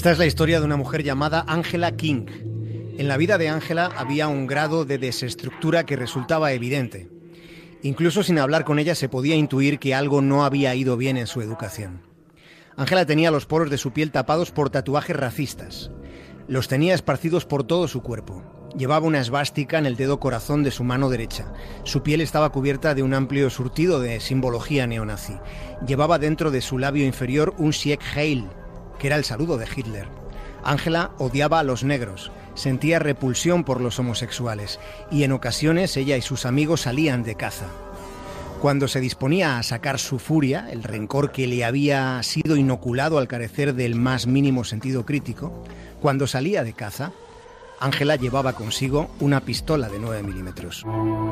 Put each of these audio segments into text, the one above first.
Esta es la historia de una mujer llamada Angela King. En la vida de Angela había un grado de desestructura que resultaba evidente. Incluso sin hablar con ella se podía intuir que algo no había ido bien en su educación. Angela tenía los poros de su piel tapados por tatuajes racistas. Los tenía esparcidos por todo su cuerpo. Llevaba una esvástica en el dedo corazón de su mano derecha. Su piel estaba cubierta de un amplio surtido de simbología neonazi. Llevaba dentro de su labio inferior un Sieg Heil, que era el saludo de Hitler. Angela odiaba a los negros, sentía repulsión por los homosexuales y en ocasiones ella y sus amigos salían de caza. Cuando se disponía a sacar su furia, el rencor que le había sido inoculado al carecer del más mínimo sentido crítico, cuando salía de caza, Angela llevaba consigo una pistola de 9 milímetros.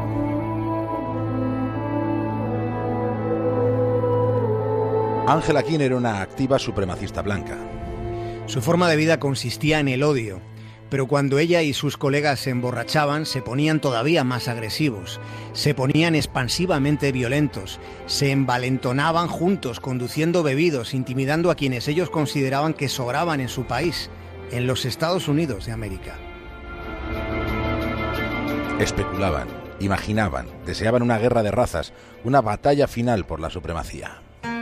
Angela King era una activa supremacista blanca. Su forma de vida consistía en el odio, pero cuando ella y sus colegas se emborrachaban, se ponían todavía más agresivos, se ponían expansivamente violentos, se envalentonaban juntos, conduciendo bebidos, intimidando a quienes ellos consideraban que sobraban en su país, en los Estados Unidos de América. Especulaban, imaginaban, deseaban una guerra de razas, una batalla final por la supremacía.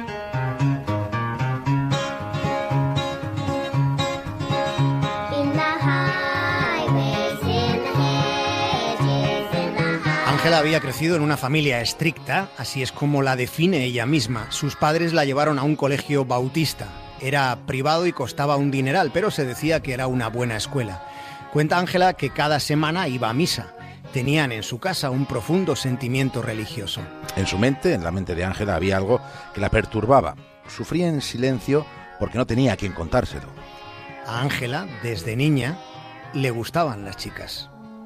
Angela había crecido en una familia estricta, así es como la define ella misma. Sus padres la llevaron a un colegio bautista. Era privado y costaba un dineral, pero se decía que era una buena escuela. Cuenta Angela que cada semana iba a misa. Tenían en su casa un profundo sentimiento religioso. En su mente, en la mente de Angela, había algo que la perturbaba. Sufría en silencio porque no tenía a quien contárselo. A Angela, desde niña, le gustaban las chicas.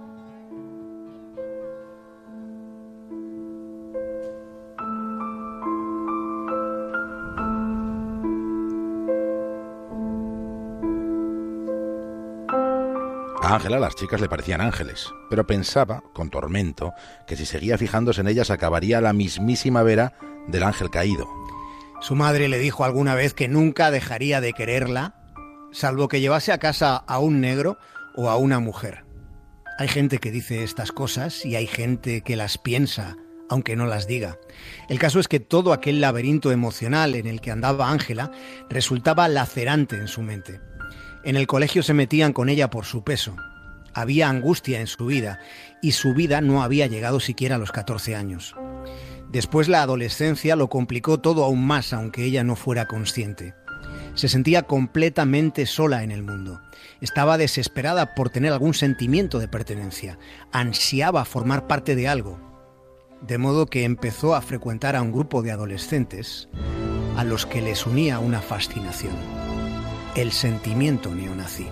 A Angela las chicas le parecían ángeles, pero pensaba, con tormento, que si seguía fijándose en ellas acabaría la mismísima vera del ángel caído. Su madre le dijo alguna vez que nunca dejaría de quererla, salvo que llevase a casa a un negro o a una mujer. Hay gente que dice estas cosas y hay gente que las piensa, aunque no las diga. El caso es que todo aquel laberinto emocional en el que andaba Angela resultaba lacerante en su mente. En el colegio se metían con ella por su peso. Había angustia en su vida y su vida no había llegado siquiera a los 14 años. Después la adolescencia lo complicó todo aún más, aunque ella no fuera consciente. Se sentía completamente sola en el mundo. Estaba desesperada por tener algún sentimiento de pertenencia. Ansiaba formar parte de algo. De modo que empezó a frecuentar a un grupo de adolescentes a los que les unía una fascinación: el sentimiento neonazi.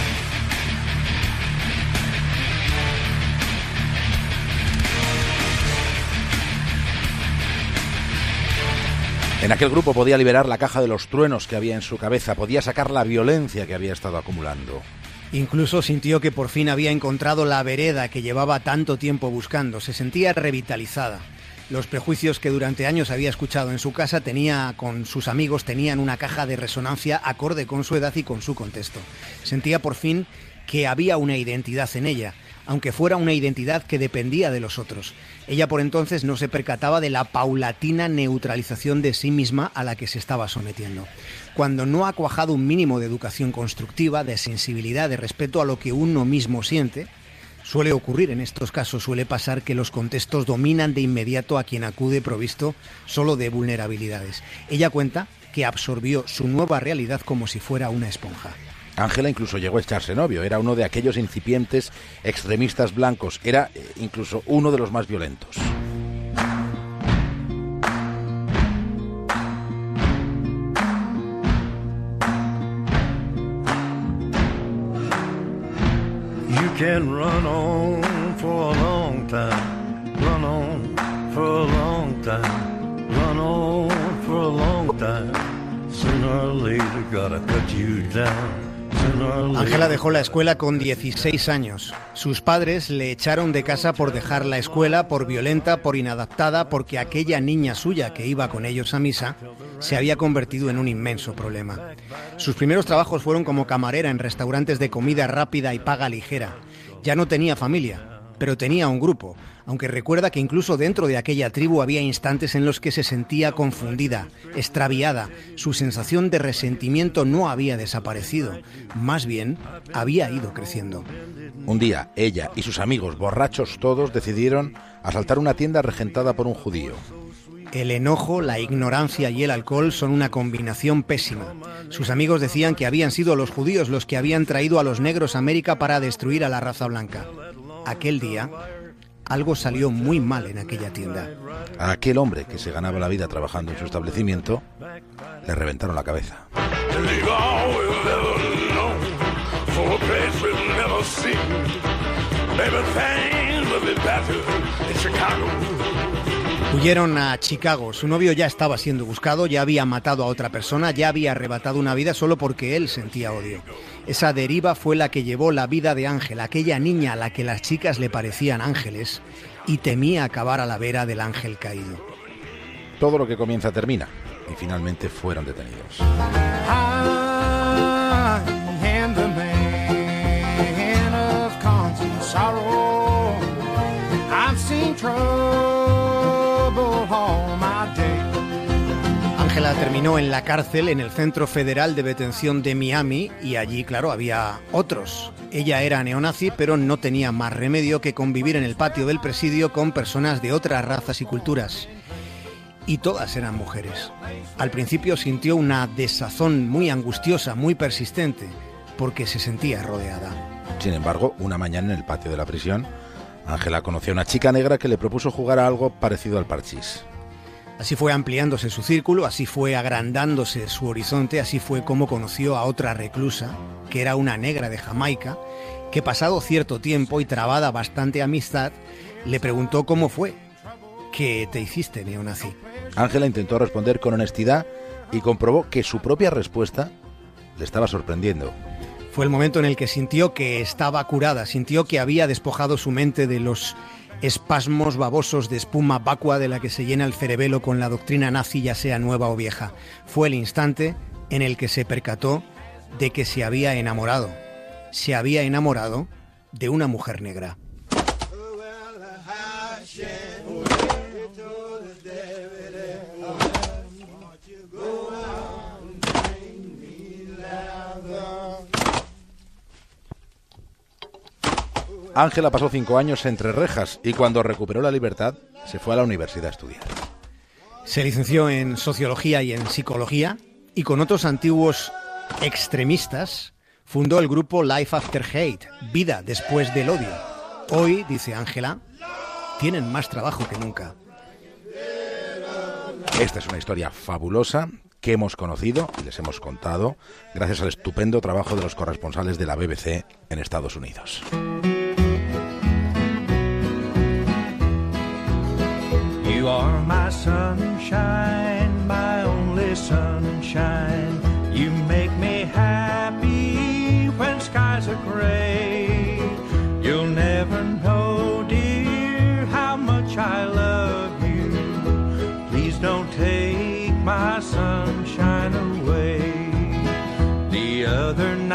En aquel grupo podía liberar la caja de los truenos que había en su cabeza, podía sacar la violencia que había estado acumulando. Incluso sintió que por fin había encontrado la vereda que llevaba tanto tiempo buscando. Se sentía revitalizada. Los prejuicios que durante años había escuchado en su casa con sus amigos tenían una caja de resonancia acorde con su edad y con su contexto. Sentía por fin que había una identidad en ella, aunque fuera una identidad que dependía de los otros. Ella por entonces no se percataba de la paulatina neutralización de sí misma a la que se estaba sometiendo. Cuando no ha cuajado un mínimo de educación constructiva, de sensibilidad, de respeto a lo que uno mismo siente, suele ocurrir en estos casos, suele pasar que los contextos dominan de inmediato a quien acude provisto solo de vulnerabilidades. Ella cuenta que absorbió su nueva realidad como si fuera una esponja. Angela incluso llegó a echarse novio, era uno de aquellos incipientes extremistas blancos, era incluso uno de los más violentos. You can run on for a long time, run on for a long time, run on for a long time. Sooner or later gotta cut you down. Ángela dejó la escuela con 16 años. Sus padres le echaron de casa por dejar la escuela, por violenta, por inadaptada, porque aquella niña suya que iba con ellos a misa se había convertido en un inmenso problema. Sus primeros trabajos fueron como camarera en restaurantes de comida rápida y paga ligera. Ya no tenía familia, pero tenía un grupo, aunque recuerda que incluso dentro de aquella tribu había instantes en los que se sentía confundida, extraviada. Su sensación de resentimiento no había desaparecido, más bien había ido creciendo. Un día, ella y sus amigos, borrachos todos, decidieron asaltar una tienda regentada por un judío. El enojo, la ignorancia y el alcohol son una combinación pésima. Sus amigos decían que habían sido los judíos los que habían traído a los negros a América para destruir a la raza blanca. Aquel día, algo salió muy mal en aquella tienda. A aquel hombre que se ganaba la vida trabajando en su establecimiento, le reventaron la cabeza. Huyeron a Chicago. Su novio ya estaba siendo buscado, ya había matado a otra persona, ya había arrebatado una vida solo porque él sentía odio. Esa deriva fue la que llevó la vida de Ángela, aquella niña a la que las chicas le parecían ángeles y temía acabar a la vera del ángel caído. Todo lo que comienza termina y finalmente fueron detenidos. Ángela terminó en la cárcel en el Centro Federal de Detención de Miami y allí, claro, había otros. Ella era neonazi, pero no tenía más remedio que convivir en el patio del presidio con personas de otras razas y culturas. Y todas eran mujeres. Al principio sintió una desazón muy angustiosa, muy persistente, porque se sentía rodeada. Sin embargo, una mañana en el patio de la prisión, Ángela conoció a una chica negra que le propuso jugar a algo parecido al parchís. Así fue ampliándose su círculo, así fue agrandándose su horizonte, así fue como conoció a otra reclusa, que era una negra de Jamaica, que pasado cierto tiempo y trabada bastante amistad, le preguntó cómo fue. ¿Qué te hiciste, neonazi? Ángela intentó responder con honestidad y comprobó que su propia respuesta le estaba sorprendiendo. Fue el momento en el que sintió que estaba curada, sintió que había despojado su mente de los espasmos babosos de espuma vacua de la que se llena el cerebelo con la doctrina nazi, ya sea nueva o vieja. Fue el instante en el que se percató de que se había enamorado. Se había enamorado de una mujer negra. Ángela pasó 5 años entre rejas y cuando recuperó la libertad se fue a la universidad a estudiar. Se licenció en Sociología y en Psicología y con otros antiguos extremistas fundó el grupo Life After Hate, Vida después del odio. Hoy, dice Ángela, tienen más trabajo que nunca. Esta es una historia fabulosa que hemos conocido y les hemos contado gracias al estupendo trabajo de los corresponsales de la BBC en Estados Unidos. You are my sunshine, my only sunshine. You make me happy when skies are gray.